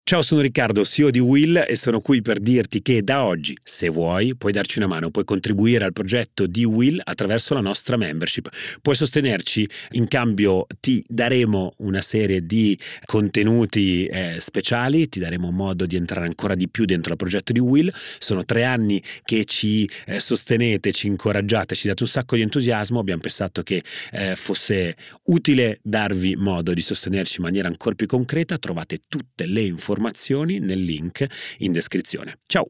Ciao, sono Riccardo, CEO di Will e sono qui per dirti che da oggi, se vuoi, puoi darci una mano, puoi contribuire al progetto di Will attraverso la nostra membership. Puoi sostenerci, in cambio ti daremo una serie di contenuti speciali, ti daremo modo di entrare ancora di più dentro il progetto di Will. Sono 3 anni che ci sostenete, ci incoraggiate, ci date un sacco di entusiasmo. Abbiamo pensato che fosse utile darvi modo di sostenerci in maniera ancora più concreta. Trovate tutte le informazioni nel link in descrizione. Ciao!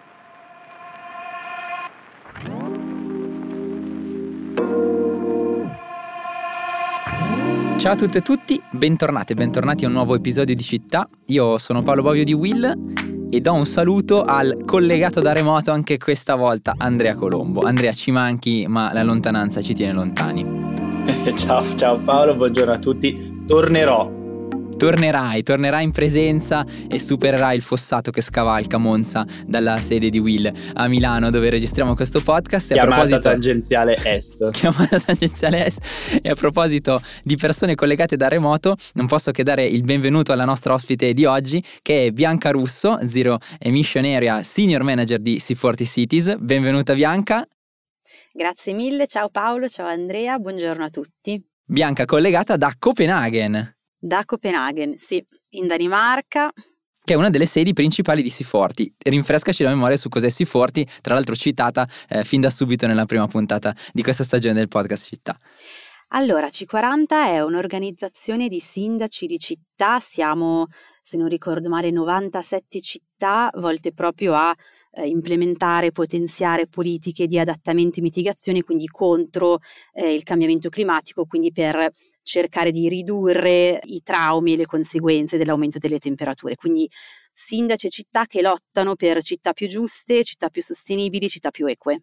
Ciao a tutte e tutti, bentornati a un nuovo episodio di Città. Io sono Paolo Bovio di Will e do un saluto al collegato da remoto anche questa volta, Andrea Colombo. Andrea, ci manchi, ma la lontananza ci tiene lontani. Ciao Paolo, buongiorno a tutti. Tornerai in presenza e supererai il fossato che scavalca Monza dalla sede di Will a Milano, dove registriamo questo podcast. Chiamata tangenziale est. E a proposito di persone collegate da remoto, non posso che dare il benvenuto alla nostra ospite di oggi, che è Bianca Russo, Zero Emission Area Senior Manager di C40 Cities. Benvenuta Bianca. Grazie mille, ciao Paolo, ciao Andrea, buongiorno a tutti. Bianca collegata da Copenaghen. Da Copenaghen, sì, in Danimarca. Che è una delle sedi principali di C40. Rinfrescaci la memoria su cos'è C40, tra l'altro citata fin da subito nella prima puntata di questa stagione del podcast Città. Allora, C40 è un'organizzazione di sindaci di città, siamo, se non ricordo male, 97 città volte proprio a implementare, potenziare politiche di adattamento e mitigazione, quindi contro il cambiamento climatico, quindi per cercare di ridurre i traumi e le conseguenze dell'aumento delle temperature. Quindi sindaci e città che lottano per città più giuste, città più sostenibili, città più eque.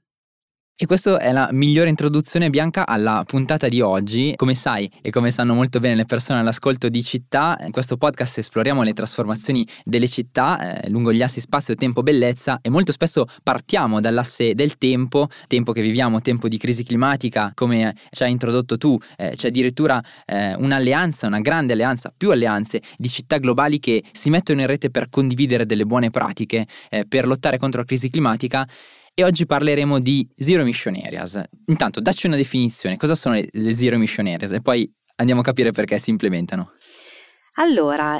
E questa è la migliore introduzione, Bianca, alla puntata di oggi. Come sai e come sanno molto bene le persone all'ascolto di Città, in questo podcast esploriamo le trasformazioni delle città lungo gli assi spazio, tempo, bellezza, e molto spesso partiamo dall'asse del tempo che viviamo, tempo di crisi climatica, come ci hai introdotto tu. C'è addirittura un'alleanza, una grande alleanza, più alleanze di città globali che si mettono in rete per condividere delle buone pratiche per lottare contro la crisi climatica. E oggi parleremo di Zero Emission Areas. Intanto dacci una definizione, cosa sono le Zero Emission Areas e poi andiamo a capire perché si implementano. Allora,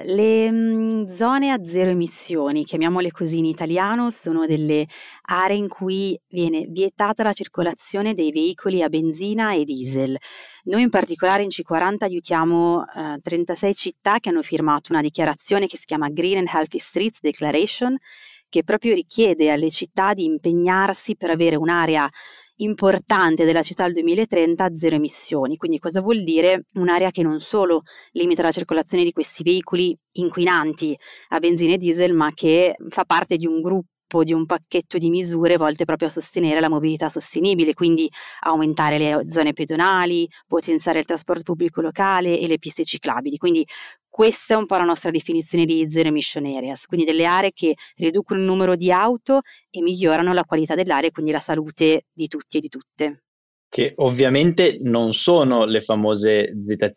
le zone a zero emissioni, chiamiamole così in italiano, sono delle aree in cui viene vietata la circolazione dei veicoli a benzina e diesel. Noi in particolare in C40 aiutiamo 36 città che hanno firmato una dichiarazione che si chiama Green and Healthy Streets Declaration, che proprio richiede alle città di impegnarsi per avere un'area importante della città al 2030 a zero emissioni. Quindi cosa vuol dire? Un'area che non solo limita la circolazione di questi veicoli inquinanti a benzina e diesel, ma che fa parte di un gruppo, di un pacchetto di misure volte proprio a sostenere la mobilità sostenibile, quindi aumentare le zone pedonali, potenziare il trasporto pubblico locale e le piste ciclabili. Quindi questa è un po' la nostra definizione di Zero Emission Areas, quindi delle aree che riducono il numero di auto e migliorano la qualità dell'aria e quindi la salute di tutti e di tutte. Che ovviamente non sono le famose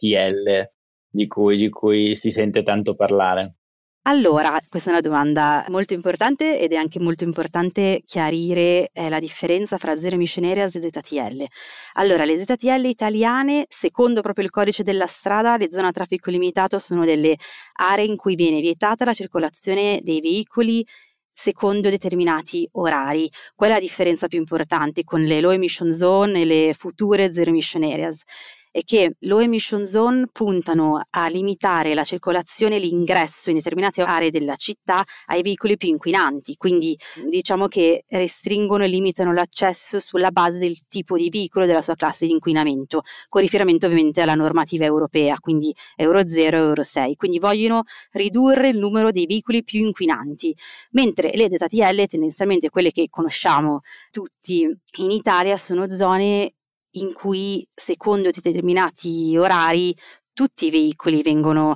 ZTL di cui si sente tanto parlare. Allora, questa è una domanda molto importante ed è anche molto importante chiarire la differenza fra Zero Emission Areas e ZTL. Allora, le ZTL italiane, secondo proprio il codice della strada, le zone a traffico limitato sono delle aree in cui viene vietata la circolazione dei veicoli secondo determinati orari. Quella è la differenza più importante con le Low Emission Zone e le future Zero Emission Areas. È che low emission zone puntano a limitare la circolazione e l'ingresso in determinate aree della città ai veicoli più inquinanti, quindi diciamo che restringono e limitano l'accesso sulla base del tipo di veicolo e della sua classe di inquinamento, con riferimento ovviamente alla normativa europea, quindi Euro 0 e Euro 6, quindi vogliono ridurre il numero dei veicoli più inquinanti, mentre le ZTL, tendenzialmente quelle che conosciamo tutti in Italia, sono zone in cui secondo determinati orari tutti i veicoli vengono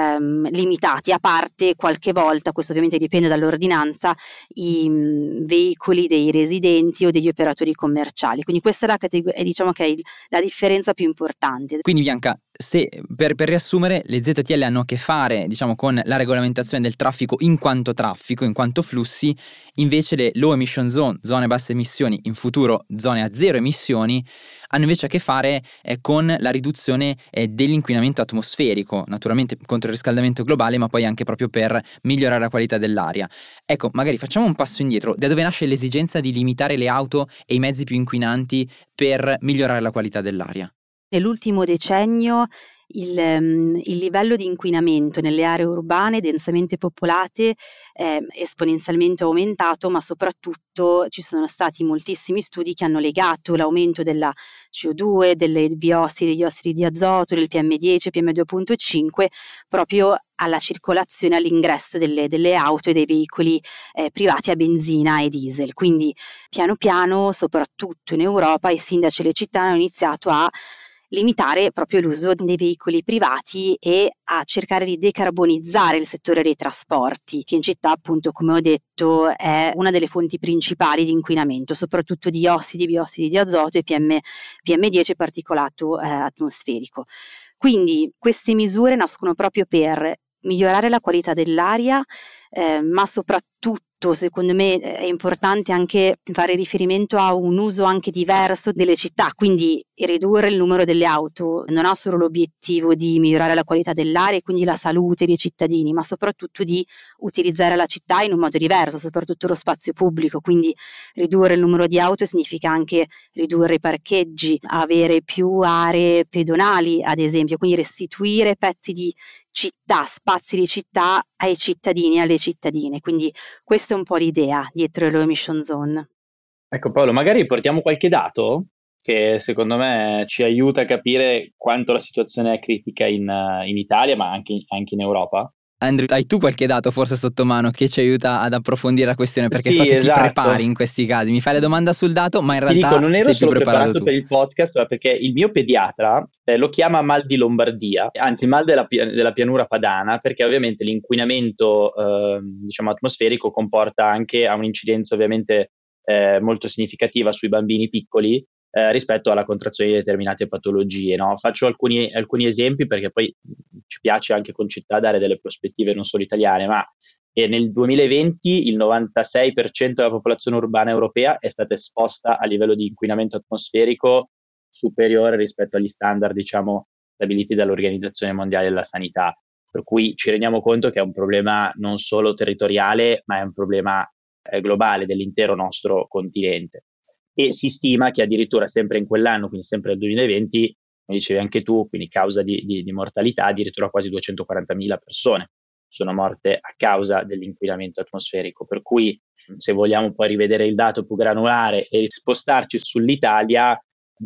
limitati, a parte qualche volta, questo ovviamente dipende dall'ordinanza, i veicoli dei residenti o degli operatori commerciali. Quindi questa è diciamo che è la differenza più importante. Quindi Bianca, se per riassumere, le ZTL hanno a che fare, diciamo, con la regolamentazione del traffico, in quanto flussi, invece le low emission zone, zone a basse emissioni, in futuro zone a zero emissioni, hanno invece a che fare con la riduzione dell'inquinamento atmosferico, naturalmente contro il riscaldamento globale, ma poi anche proprio per migliorare la qualità dell'aria. Ecco, magari facciamo un passo indietro. Da dove nasce l'esigenza di limitare le auto e i mezzi più inquinanti per migliorare la qualità dell'aria? Nell'ultimo decennio il livello di inquinamento nelle aree urbane densamente popolate è esponenzialmente aumentato, ma soprattutto ci sono stati moltissimi studi che hanno legato l'aumento della CO2, degli ossidi di azoto, del PM10, PM2.5 proprio alla circolazione, all'ingresso delle auto e dei veicoli privati a benzina e diesel. Quindi piano piano, soprattutto in Europa, i sindaci e le città hanno iniziato a limitare proprio l'uso dei veicoli privati e a cercare di decarbonizzare il settore dei trasporti, che in città, appunto, come ho detto, è una delle fonti principali di inquinamento, soprattutto di biossidi di azoto e PM10, particolato atmosferico. Quindi queste misure nascono proprio per migliorare la qualità dell'aria, ma soprattutto secondo me è importante anche fare riferimento a un uso anche diverso delle città, quindi ridurre il numero delle auto non ha solo l'obiettivo di migliorare la qualità dell'aria e quindi la salute dei cittadini, ma soprattutto di utilizzare la città in un modo diverso, soprattutto lo spazio pubblico. Quindi ridurre il numero di auto significa anche ridurre i parcheggi, avere più aree pedonali, ad esempio, quindi restituire pezzi di città, spazi di città ai cittadini e alle cittadine. Quindi questa è un po' l'idea dietro le low emission zone. Ecco Paolo, magari portiamo qualche dato che secondo me ci aiuta a capire quanto la situazione è critica in Italia, ma anche in Europa. Andrew, hai tu qualche dato forse sotto mano che ci aiuta ad approfondire la questione? Perché sì, so che esatto. Ti prepari in questi casi, mi fai la domanda sul dato, ma in realtà Ti dico, non ero sei più solo preparato tu. per il podcast, ma perché il mio pediatra lo chiama mal di Lombardia, anzi mal della pianura padana, perché ovviamente l'inquinamento diciamo atmosferico comporta anche un'incidenza ovviamente molto significativa sui bambini piccoli rispetto alla contrazione di determinate patologie, no? Faccio alcuni esempi perché poi ci piace anche con città dare delle prospettive non solo italiane, ma nel 2020 il 96% della popolazione urbana europea è stata esposta a livello di inquinamento atmosferico superiore rispetto agli standard, diciamo, stabiliti dall'Organizzazione Mondiale della Sanità. Per cui ci rendiamo conto che è un problema non solo territoriale, ma è un problema globale dell'intero nostro continente. E si stima che addirittura sempre in quell'anno, quindi sempre nel 2020, come dicevi anche tu, quindi causa di mortalità, addirittura quasi 240.000 persone sono morte a causa dell'inquinamento atmosferico. Per cui, se vogliamo poi rivedere il dato più granulare e spostarci sull'Italia,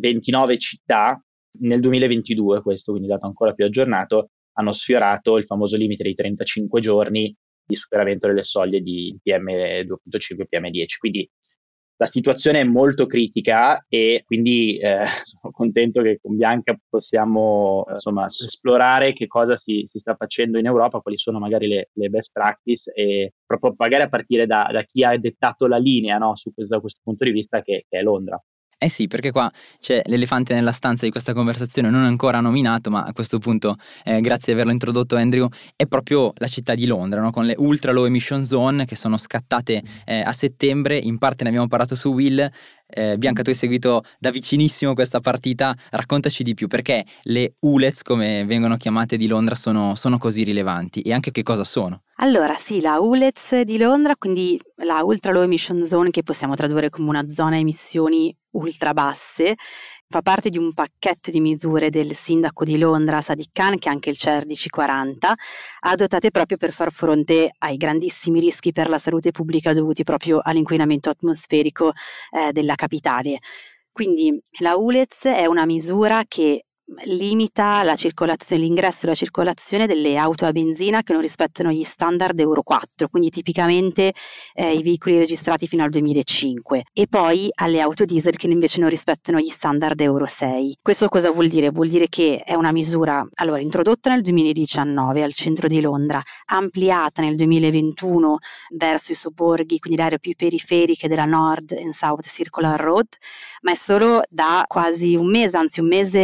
29 città nel 2022, questo quindi dato ancora più aggiornato, hanno sfiorato il famoso limite dei 35 giorni di superamento delle soglie di PM2.5 e PM10. Quindi la situazione è molto critica e quindi sono contento che con Bianca possiamo esplorare che cosa si sta facendo in Europa, quali sono magari le best practice e proprio magari a partire da chi ha dettato la linea, no, da questo punto di vista che è Londra. Eh sì, perché qua c'è l'elefante nella stanza di questa conversazione non ancora nominato, ma a questo punto, grazie di averlo introdotto Andrew, è proprio la città di Londra, no? Con le ultra low emission zone che sono scattate a settembre. In parte ne abbiamo parlato su Will. Bianca, tu hai seguito da vicinissimo questa partita, raccontaci di più, perché le ULEZ, come vengono chiamate, di Londra sono così rilevanti e anche che cosa sono. Allora sì, la ULEZ di Londra, quindi la Ultra Low Emission Zone, che possiamo tradurre come una zona a emissioni ultra basse, fa parte di un pacchetto di misure del sindaco di Londra, Sadiq Khan, che è anche il chair di C40, adottate proprio per far fronte ai grandissimi rischi per la salute pubblica dovuti proprio all'inquinamento atmosferico della capitale. Quindi la ULEZ è una misura che limita l'ingresso e la circolazione delle auto a benzina che non rispettano gli standard Euro 4, quindi tipicamente i veicoli registrati fino al 2005, e poi alle auto diesel che invece non rispettano gli standard Euro 6. Questo cosa vuol dire? Vuol dire che è una misura introdotta nel 2019 al centro di Londra, ampliata nel 2021 verso i sobborghi, quindi le aree più periferiche della North and South Circular Road, ma è solo da quasi un mese oggi,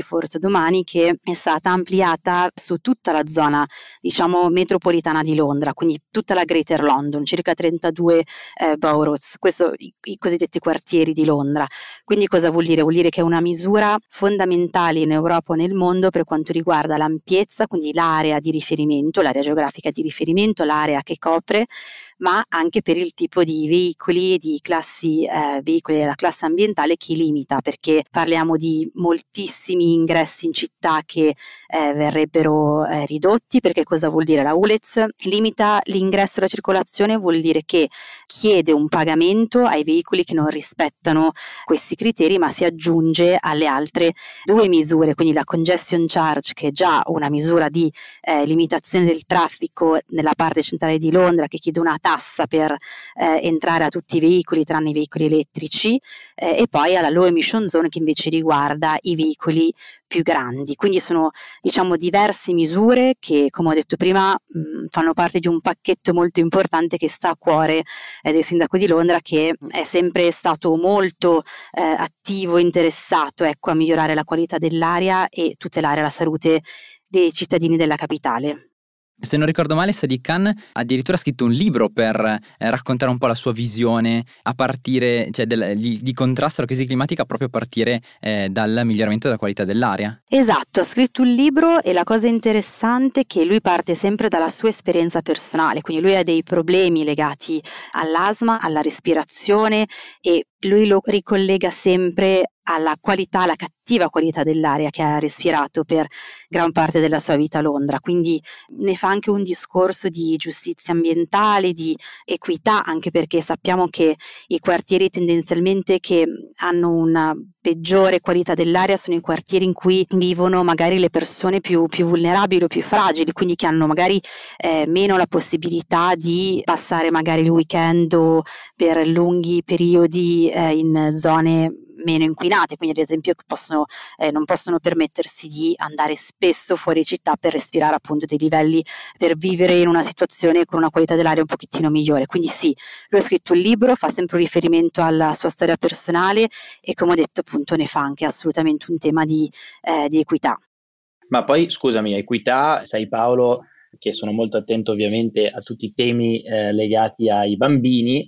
forse domani, che è stata ampliata su tutta la zona, diciamo, metropolitana di Londra, quindi tutta la Greater London, circa 32 boroughs, questo i cosiddetti quartieri di Londra. Quindi cosa vuol dire? Vuol dire che è una misura fondamentale in Europa o nel mondo per quanto riguarda l'ampiezza, quindi l'area di riferimento, l'area geografica di riferimento, l'area che copre, ma anche per il tipo di veicoli, di classi veicoli della classe ambientale che limita, perché parliamo di moltissimi ingressi in città che verrebbero ridotti. Perché cosa vuol dire? La ULEZ limita l'ingresso e la circolazione, vuol dire che chiede un pagamento ai veicoli che non rispettano questi criteri, ma si aggiunge alle altre due misure, quindi la congestion charge, che è già una misura di limitazione del traffico nella parte centrale di Londra, che chiede una tassa per entrare a tutti i veicoli tranne i veicoli elettrici, e poi alla low emission zone, che invece riguarda i veicoli più grandi. Quindi sono, diciamo, diverse misure che, come ho detto prima, fanno parte di un pacchetto molto importante che sta a cuore del sindaco di Londra, che è sempre stato molto attivo, interessato, ecco, a migliorare la qualità dell'aria e tutelare la salute dei cittadini della capitale. Se non ricordo male, Sadiq Khan addirittura ha scritto un libro per raccontare un po' la sua visione a partire, cioè di contrasto alla crisi climatica, proprio a partire dal miglioramento della qualità dell'aria. Esatto, ha scritto un libro e la cosa interessante è che lui parte sempre dalla sua esperienza personale, quindi lui ha dei problemi legati all'asma, alla respirazione, e lui lo ricollega sempre alla qualità, alla cattiva qualità dell'aria che ha respirato per gran parte della sua vita a Londra. Quindi ne fa anche un discorso di giustizia ambientale, di equità, anche perché sappiamo che i quartieri tendenzialmente che hanno una peggiore qualità dell'aria sono i quartieri in cui vivono magari le persone più vulnerabili o più fragili, quindi che hanno magari meno la possibilità di passare magari il weekend o per lunghi periodi in zone meno inquinate, quindi ad esempio non possono permettersi di andare spesso fuori città per respirare appunto dei livelli, per vivere in una situazione con una qualità dell'aria un pochettino migliore. Quindi sì, lui ha scritto un libro, fa sempre un riferimento alla sua storia personale e, come ho detto, appunto ne fa anche assolutamente un tema di equità. Ma poi scusami, equità, sai Paolo, che sono molto attento ovviamente a tutti i temi legati ai bambini,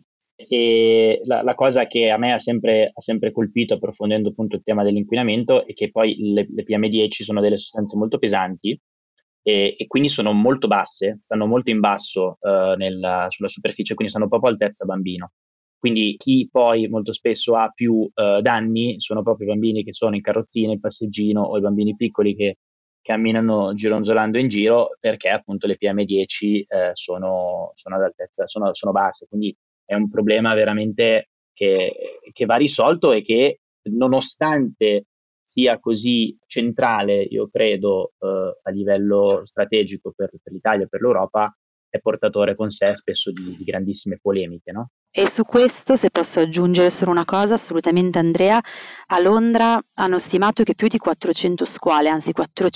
e la cosa che a me ha sempre colpito, approfondendo appunto il tema dell'inquinamento, è che poi le PM10 sono delle sostanze molto pesanti e quindi sono molto basse, stanno molto in basso sulla superficie, quindi stanno proprio altezza bambino. Quindi chi poi molto spesso ha più danni sono proprio i bambini che sono in carrozzina, in passeggino, o i bambini piccoli che camminano gironzolando in giro, perché appunto le PM10 sono ad altezza, sono basse. Quindi è un problema veramente che va risolto e che, nonostante sia così centrale, io credo, a livello strategico per l'Italia e per l'Europa, è portatore con sé spesso di grandissime polemiche, no? E su questo, se posso aggiungere solo una cosa, assolutamente Andrea, a Londra hanno stimato che più di 400 scuole, anzi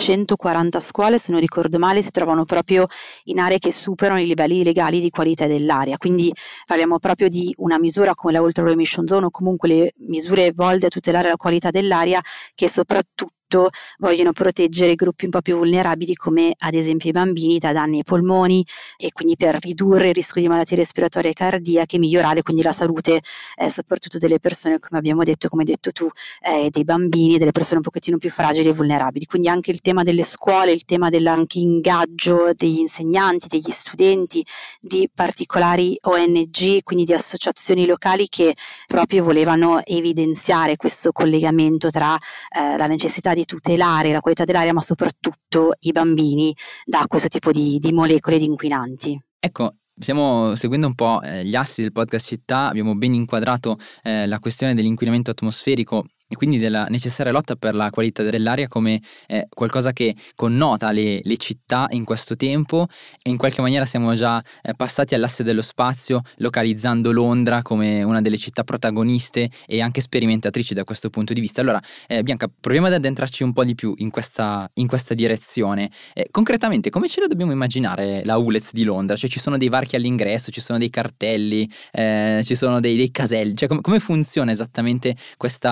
440 scuole, se non ricordo male, si trovano proprio in aree che superano i livelli legali di qualità dell'aria. Quindi parliamo proprio di una misura come la Ultra Low Emission Zone, o comunque le misure volte a tutelare la qualità dell'aria, che soprattutto vogliono proteggere i gruppi un po' più vulnerabili, come ad esempio i bambini, da danni ai polmoni, e quindi per ridurre il rischio di malattie respiratorie e cardiache, migliorare quindi la salute soprattutto delle persone, come abbiamo detto, come hai detto tu, dei bambini, delle persone un pochettino più fragili e vulnerabili. Quindi anche il tema delle scuole, il tema dell'anche ingaggio degli insegnanti, degli studenti, di particolari ONG, quindi di associazioni locali che proprio volevano evidenziare questo collegamento tra la necessità di tutelare la qualità dell'aria, ma soprattutto i bambini, da questo tipo di molecole di inquinanti. Ecco, stiamo seguendo un po' gli assi del podcast Città, abbiamo ben inquadrato la questione dell'inquinamento atmosferico e quindi della necessaria lotta per la qualità dell'aria come qualcosa che connota le città in questo tempo, e in qualche maniera siamo già passati all'asse dello spazio, localizzando Londra come una delle città protagoniste e anche sperimentatrici da questo punto di vista. Allora, Bianca, proviamo ad addentrarci un po' di più in questa direzione. Concretamente, come ce lo dobbiamo immaginare la ULEZ di Londra? Cioè, ci sono dei varchi all'ingresso, ci sono dei cartelli, ci sono dei caselli, cioè come funziona esattamente questa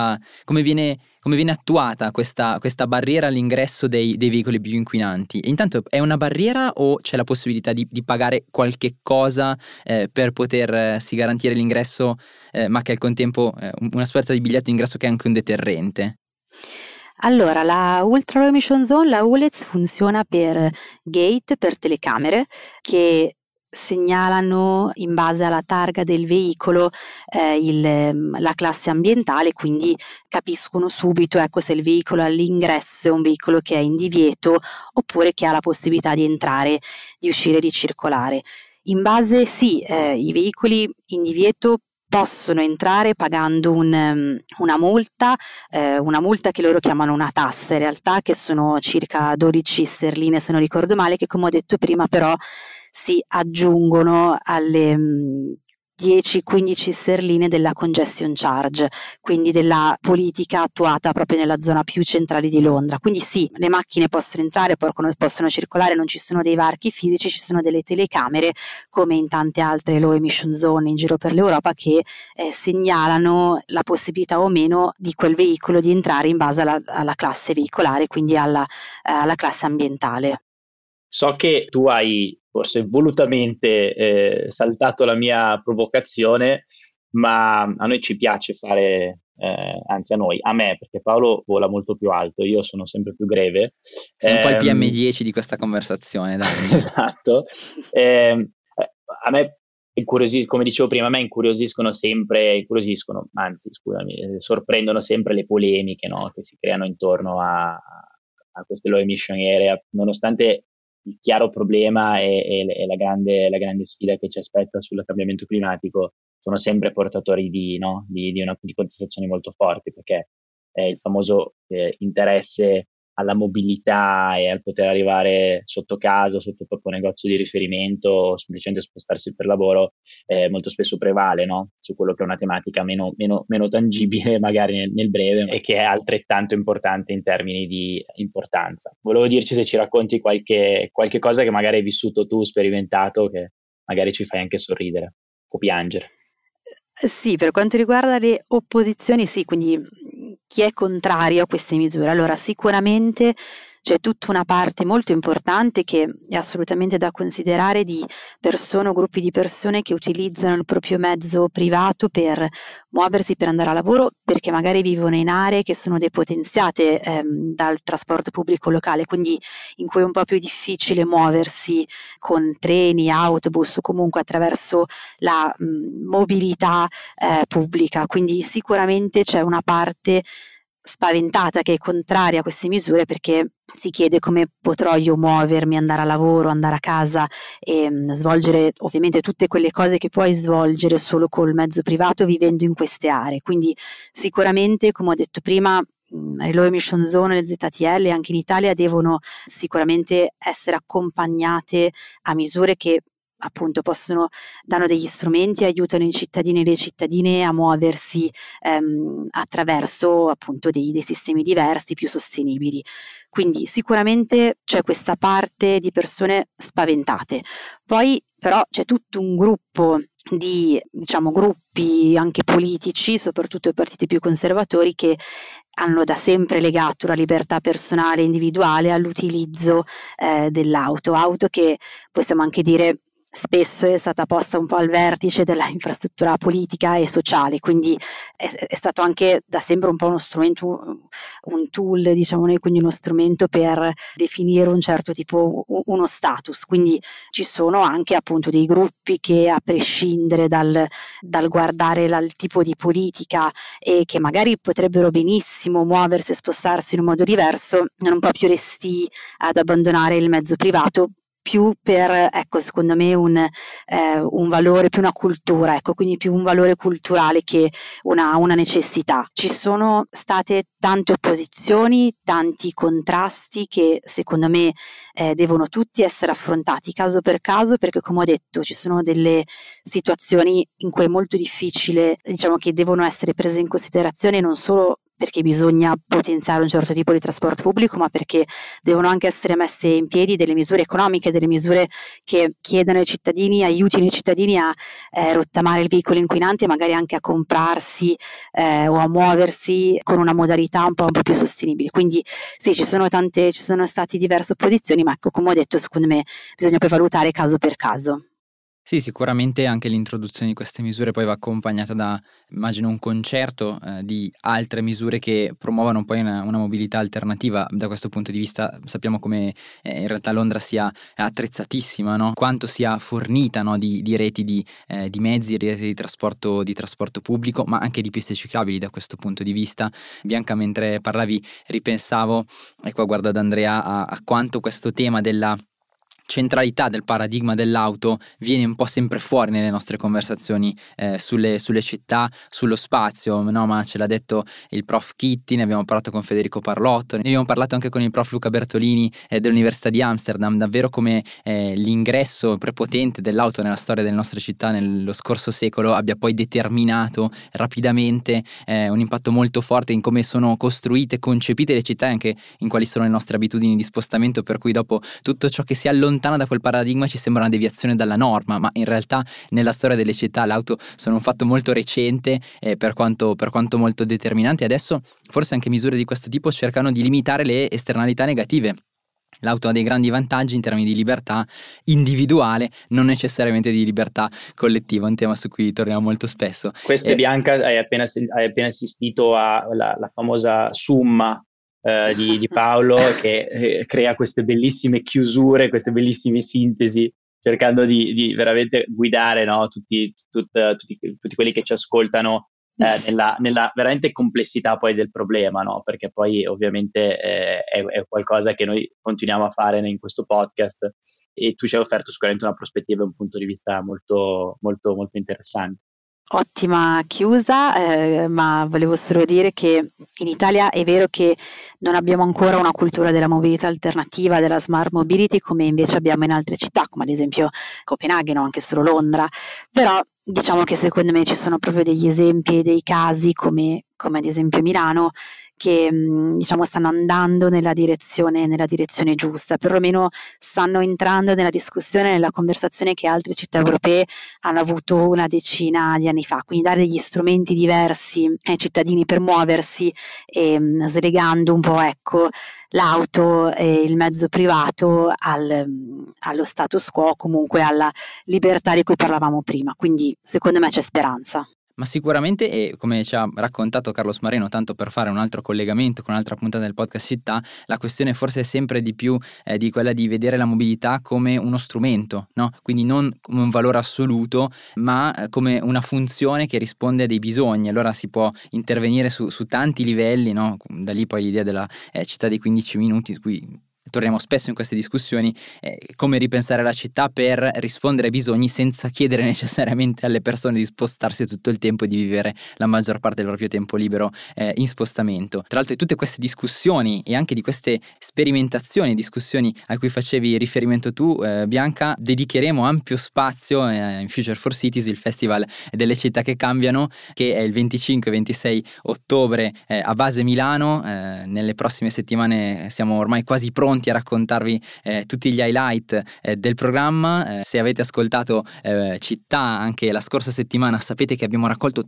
come viene attuata questa barriera all'ingresso dei veicoli più inquinanti? E intanto è una barriera o c'è la possibilità di pagare qualche cosa per potersi garantire l'ingresso, ma che al contempo una sorta di biglietto d'ingresso che è anche un deterrente? Allora, la Ultra Low Emission Zone, la ULEZ, funziona per gate, per telecamere che segnalano in base alla targa del veicolo la classe ambientale, quindi capiscono subito, ecco, se il veicolo all'ingresso è un veicolo che è in divieto oppure che ha la possibilità di entrare, di uscire, di circolare. In base, sì, i veicoli in divieto possono entrare pagando una multa che loro chiamano una tassa, in realtà, che sono circa 12 sterline se non ricordo male, che come ho detto prima però si aggiungono alle 10-15 sterline della congestion charge, quindi della politica attuata proprio nella zona più centrale di Londra. Quindi sì, le macchine possono entrare, possono circolare, non ci sono dei varchi fisici, ci sono delle telecamere come in tante altre low emission zone in giro per l'Europa che segnalano la possibilità o meno di quel veicolo di entrare in base alla classe veicolare, quindi alla classe ambientale. So che tu hai forse volutamente saltato la mia provocazione, ma a noi ci piace fare, anzi a me, perché Paolo vola molto più alto, io sono sempre più greve. Sei un po' il PM10 di questa conversazione, dai. Esatto. A me come dicevo prima, a me sorprendono sempre le polemiche, no, che si creano intorno a queste low emission area, nonostante il chiaro problema e la grande sfida che ci aspetta sul cambiamento climatico. Sono sempre portatori di contestazioni molto forti, perché il famoso interesse alla mobilità e al poter arrivare sotto casa, sotto proprio un negozio di riferimento o semplicemente spostarsi per lavoro molto spesso prevale, no? Su quello che è una tematica meno tangibile magari nel breve e che è altrettanto importante in termini di importanza. Volevo dirci se ci racconti qualche cosa che magari hai vissuto tu, sperimentato, che magari ci fai anche sorridere o piangere. Sì, per quanto riguarda le opposizioni, sì, quindi chi è contrario a queste misure? Allora, sicuramente c'è tutta una parte molto importante che è assolutamente da considerare di persone o gruppi di persone che utilizzano il proprio mezzo privato per muoversi, per andare a lavoro, perché magari vivono in aree che sono depotenziate dal trasporto pubblico locale, quindi in cui è un po' più difficile muoversi con treni, autobus o comunque attraverso la mobilità pubblica. Quindi sicuramente c'è una parte spaventata che è contraria a queste misure, perché si chiede come potrò io muovermi, andare a lavoro, andare a casa e svolgere ovviamente tutte quelle cose che puoi svolgere solo col mezzo privato vivendo in queste aree. Quindi sicuramente, come ho detto prima, le low emission zone, le ZTL anche in Italia devono sicuramente essere accompagnate a misure che appunto danno degli strumenti, aiutano i cittadini e le cittadine a muoversi attraverso appunto dei sistemi diversi, più sostenibili. Quindi sicuramente c'è questa parte di persone spaventate. Poi però c'è tutto un gruppo di, gruppi anche politici, soprattutto i partiti più conservatori, che hanno da sempre legato la libertà personale e individuale all'utilizzo auto che possiamo anche dire spesso è stata posta un po' al vertice della infrastruttura politica e sociale, quindi è stato anche da sempre un po' uno strumento, un tool, diciamo noi, quindi uno strumento per definire un certo tipo, uno status. Quindi ci sono anche appunto dei gruppi che, a prescindere dal guardare il tipo di politica e che magari potrebbero benissimo muoversi e spostarsi in un modo diverso, non un po' più restii ad abbandonare il mezzo privato, più per, secondo me un valore, più una cultura, quindi più un valore culturale che una necessità. Ci sono state tante opposizioni, tanti contrasti che secondo me devono tutti essere affrontati caso per caso, perché come ho detto ci sono delle situazioni in cui è molto difficile, che devono essere prese in considerazione non solo perché bisogna potenziare un certo tipo di trasporto pubblico, ma perché devono anche essere messe in piedi delle misure economiche, delle misure che chiedano ai cittadini, aiutino i cittadini a rottamare il veicolo inquinante e magari anche a comprarsi o a muoversi con una modalità un po' più sostenibile. Quindi sì, ci sono state diverse opposizioni, ma ecco, come ho detto, secondo me bisogna poi valutare caso per caso. Sì, sicuramente anche l'introduzione di queste misure poi va accompagnata da, immagino, un concerto di altre misure che promuovano poi una mobilità alternativa. Da questo punto di vista sappiamo come in realtà Londra sia attrezzatissima, no? Quanto sia fornita, no? di reti di mezzi, reti di trasporto pubblico, ma anche di piste ciclabili da questo punto di vista. Bianca, mentre parlavi ripensavo, e qua guardo ad Andrea, a quanto questo tema della centralità del paradigma dell'auto viene un po' sempre fuori nelle nostre conversazioni sulle città, sullo spazio, no? Ma ce l'ha detto il prof Kitty, ne abbiamo parlato con Federico Parlotto, ne abbiamo parlato anche con il prof Luca Bertolini dell'Università di Amsterdam, davvero come l'ingresso prepotente dell'auto nella storia delle nostre città nello scorso secolo abbia poi determinato rapidamente un impatto molto forte in come sono costruite, concepite le città e anche in quali sono le nostre abitudini di spostamento, per cui dopo tutto ciò che si allontana da quel paradigma ci sembra una deviazione dalla norma, ma in realtà nella storia delle città l'auto sono un fatto molto recente, per quanto molto determinante. Adesso forse anche misure di questo tipo cercano di limitare le esternalità negative. L'auto ha dei grandi vantaggi in termini di libertà individuale, non necessariamente di libertà collettiva, un tema su cui torniamo molto spesso. Questo, Bianca, hai appena assistito alla famosa summa di Paolo che crea queste bellissime chiusure, queste bellissime sintesi, cercando di veramente guidare, no, tutti quelli che ci ascoltano nella veramente complessità poi del problema, no? Perché poi ovviamente è qualcosa che noi continuiamo a fare in questo podcast e tu ci hai offerto sicuramente una prospettiva e un punto di vista molto, molto, molto interessante. Ottima chiusa, ma volevo solo dire che in Italia è vero che non abbiamo ancora una cultura della mobilità alternativa, della smart mobility, come invece abbiamo in altre città, come ad esempio Copenaghen o anche solo Londra, però diciamo che secondo me ci sono proprio degli esempi e dei casi come ad esempio Milano che diciamo stanno andando nella direzione giusta, perlomeno stanno entrando nella discussione, nella conversazione che altre città europee hanno avuto una decina di anni fa, quindi dare degli strumenti diversi ai cittadini per muoversi e slegando un po' l'auto e il mezzo privato allo status quo, comunque alla libertà di cui parlavamo prima, quindi secondo me c'è speranza. Ma sicuramente, e come ci ha raccontato Carlos Moreno, tanto per fare un altro collegamento con un'altra puntata del podcast Città, la questione forse è sempre di più di quella di vedere la mobilità come uno strumento, no? Quindi non come un valore assoluto, ma come una funzione che risponde a dei bisogni. Allora si può intervenire su tanti livelli, no? Da lì poi l'idea della città dei 15 minuti, su cui torniamo spesso in queste discussioni, come ripensare la città per rispondere ai bisogni senza chiedere necessariamente alle persone di spostarsi tutto il tempo e di vivere la maggior parte del proprio tempo libero in spostamento. Tra l'altro di tutte queste discussioni e anche di queste sperimentazioni, discussioni a cui facevi riferimento tu, Bianca, dedicheremo ampio spazio in Future for Cities, il festival delle città che cambiano, che è il 25-26 ottobre a base Milano. Nelle prossime settimane siamo ormai quasi pronti a raccontarvi tutti gli highlight del programma. Se avete ascoltato Città anche la scorsa settimana, sapete che abbiamo raccolto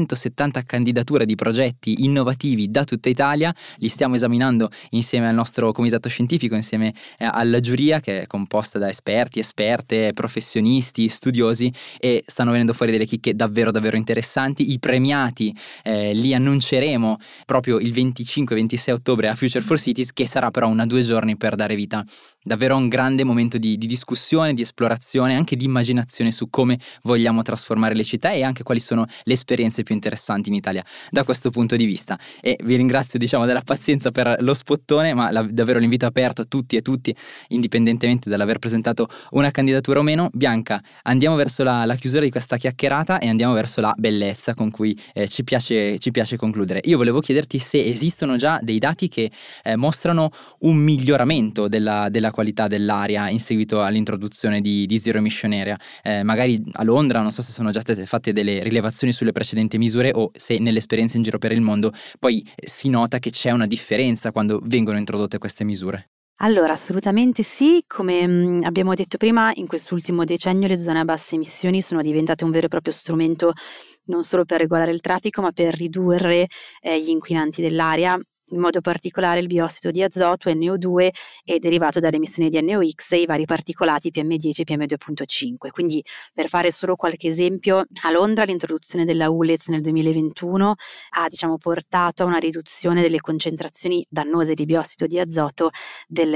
370 candidature di progetti innovativi da tutta Italia. Li stiamo esaminando insieme al nostro comitato scientifico, insieme alla giuria che è composta da esperti, esperte, professionisti, studiosi, e stanno venendo fuori delle chicche davvero davvero interessanti. I premiati li annunceremo proprio il 25-26 ottobre a Future for Cities, che sarà però una 2 giorni per dare vita davvero a un grande momento di discussione, di esplorazione, anche di immaginazione su come vogliamo trasformare le città e anche quali sono le esperienze più interessanti in Italia da questo punto di vista. E vi ringrazio della pazienza per lo spottone, ma davvero l'invito è aperto a tutti e tutti, indipendentemente dall'aver presentato una candidatura o meno. Bianca, andiamo verso la chiusura di questa chiacchierata e andiamo verso la bellezza con cui ci piace concludere. Io volevo chiederti se esistono già dei dati che mostrano un miglioramento miglioramento della qualità dell'aria in seguito all'introduzione di Zero Emission Area. Magari a Londra, non so se sono già state fatte delle rilevazioni sulle precedenti misure o se nell'esperienza in giro per il mondo poi si nota che c'è una differenza quando vengono introdotte queste misure. Allora, assolutamente sì, come abbiamo detto prima, in quest'ultimo decennio le zone a basse emissioni sono diventate un vero e proprio strumento non solo per regolare il traffico, ma per ridurre gli inquinanti dell'aria. In modo particolare il biossido di azoto NO2 è derivato dalle emissioni di NOx e i vari particolati PM10 e PM2.5. Quindi, per fare solo qualche esempio, a Londra l'introduzione della ULEZ nel 2021 ha portato a una riduzione delle concentrazioni dannose di biossido di azoto del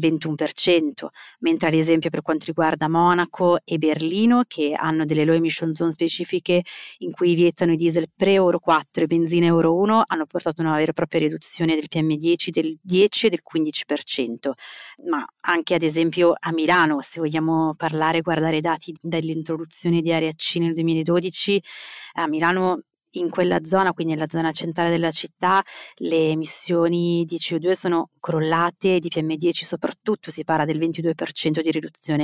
21%, mentre ad esempio per quanto riguarda Monaco e Berlino, che hanno delle low emission zone specifiche in cui vietano i diesel pre-Euro 4 e benzina Euro 1, hanno portato a una vera e propria riduzione del PM10 del 10 e del 15%, ma anche ad esempio a Milano, se vogliamo guardare i dati dell'introduzione di Area C nel 2012, a Milano in quella zona, quindi nella zona centrale della città, le emissioni di CO2 sono crollate, di PM10 soprattutto si parla del 22% di riduzione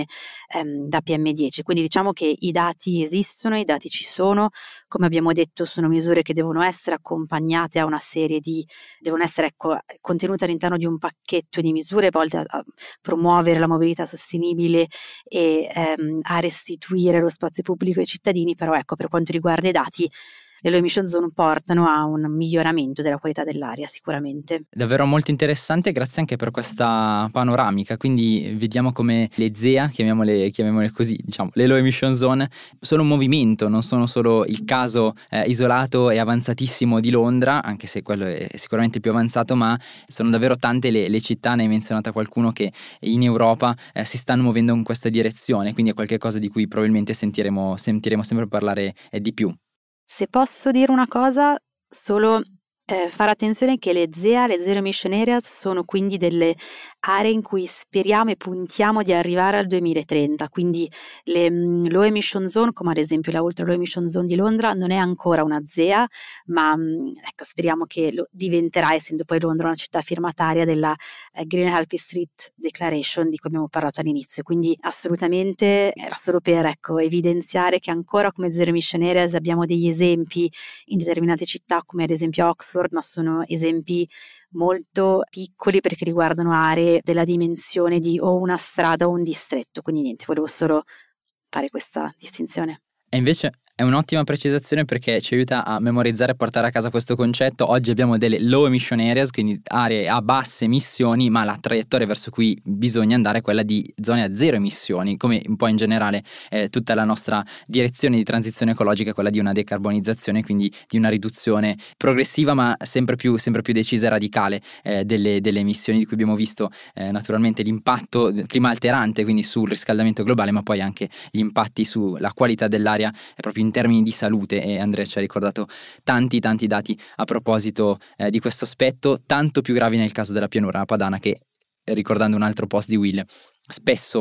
da PM10, quindi diciamo che i dati esistono, i dati ci sono, come abbiamo detto sono misure che devono essere accompagnate a una serie devono essere contenute all'interno di un pacchetto di misure volte a promuovere la mobilità sostenibile e a restituire lo spazio pubblico ai cittadini, però per quanto riguarda i dati, le low emission zone portano a un miglioramento della qualità dell'aria sicuramente. Davvero molto interessante, grazie anche per questa panoramica, quindi vediamo come le ZEA, chiamiamole così, le low emission zone, sono un movimento, non sono solo il caso isolato e avanzatissimo di Londra, anche se quello è sicuramente più avanzato, ma sono davvero tante le città, ne hai menzionata qualcuno, che in Europa si stanno muovendo in questa direzione, quindi è qualcosa di cui probabilmente sentiremo sempre parlare di più. Se posso dire una cosa, solo fare attenzione che le ZEA, le Zero Emission Areas, sono quindi delle aree in cui speriamo e puntiamo di arrivare al 2030, quindi le Low Emission Zone, come ad esempio la Ultra Low Emission Zone di Londra, non è ancora una ZEA, ma speriamo che lo diventerà, essendo poi Londra una città firmataria della Green Healthy Street Declaration di cui abbiamo parlato all'inizio, quindi assolutamente era solo per evidenziare che ancora come Zero Emission Areas abbiamo degli esempi in determinate città, come ad esempio Oxford, ma sono esempi molto piccoli perché riguardano aree della dimensione di o una strada o un distretto, quindi niente, volevo solo fare questa distinzione. E invece è un'ottima precisazione perché ci aiuta a memorizzare e portare a casa questo concetto. Oggi abbiamo delle low emission areas, quindi aree a basse emissioni, ma la traiettoria verso cui bisogna andare è quella di zone a zero emissioni, come un po' in generale tutta la nostra direzione di transizione ecologica è quella di una decarbonizzazione, quindi di una riduzione progressiva ma sempre più decisa e radicale delle emissioni, di cui abbiamo visto naturalmente l'impatto clima alterante, quindi sul riscaldamento globale, ma poi anche gli impatti sulla qualità dell'aria proprio in termini di salute, e Andrea ci ha ricordato tanti dati a proposito di questo aspetto, tanto più gravi nel caso della pianura padana, che, ricordando un altro post di Will, spesso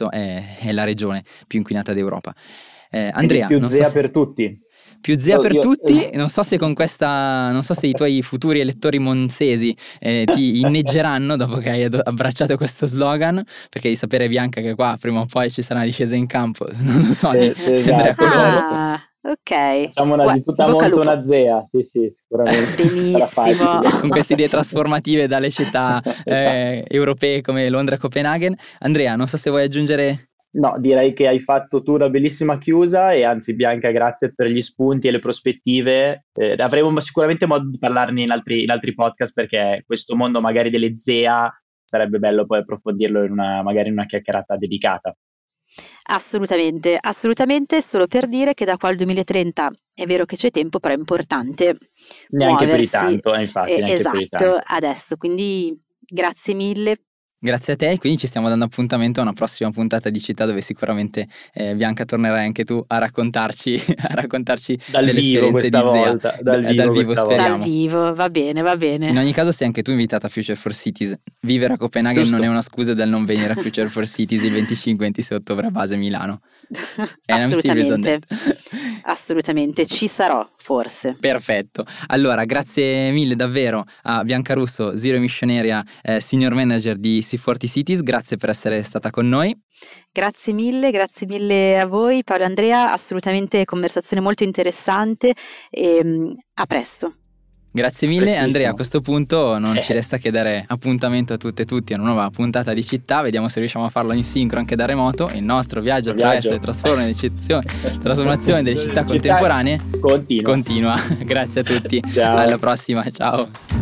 è la regione più inquinata d'Europa. Andrea, più ZEA per tutti. Più ZEA per tutti, non so se i tuoi futuri elettori monzesi ti inneggeranno dopo che hai abbracciato questo slogan, perché di sapere, Bianca, che qua prima o poi ci sarà una discesa in campo, non lo so, Andrea Coloro. Ok. Facciamo di tutta Monza una ZEA, sì, sicuramente. Benissimo. Con queste idee trasformative dalle città europee come Londra e Copenaghen. Andrea, non so se vuoi aggiungere. No, direi che hai fatto tu una bellissima chiusa, e anzi Bianca, grazie per gli spunti e le prospettive. Avremo sicuramente modo di parlarne in altri podcast, perché questo mondo magari delle ZEA sarebbe bello poi approfondirlo magari in una chiacchierata dedicata. Assolutamente, solo per dire che da qua al 2030 è vero che c'è tempo, però è importante neanche muoversi, per tanto, infatti, neanche per tanto. Adesso, quindi grazie mille. Grazie a te, quindi ci stiamo dando appuntamento a una prossima puntata di Città, dove sicuramente Bianca tornerai anche tu a raccontarci dal delle vivo esperienze di ZEA. dal vivo speriamo. Dal vivo, va bene. In ogni caso sei anche tu invitata a Future for Cities. Vivere a Copenaghen Giusto. non è una scusa del non venire a Future for Cities il 25-26 ottobre a base Milano. Assolutamente. Assolutamente, ci sarò forse. Perfetto, allora grazie mille davvero a Bianca Russo, Zero Emission Area Senior Manager di C40 Cities, grazie per essere stata con noi. Grazie mille a voi Paolo e Andrea, assolutamente conversazione molto interessante e a presto. Grazie mille Andrea, a questo punto non ci resta che dare appuntamento a tutte e tutti a una nuova puntata di Città, vediamo se riusciamo a farlo in sincro anche da remoto, il nostro viaggio attraverso le trasformazioni delle città contemporanee continua. Grazie a tutti, ciao. Alla prossima, ciao.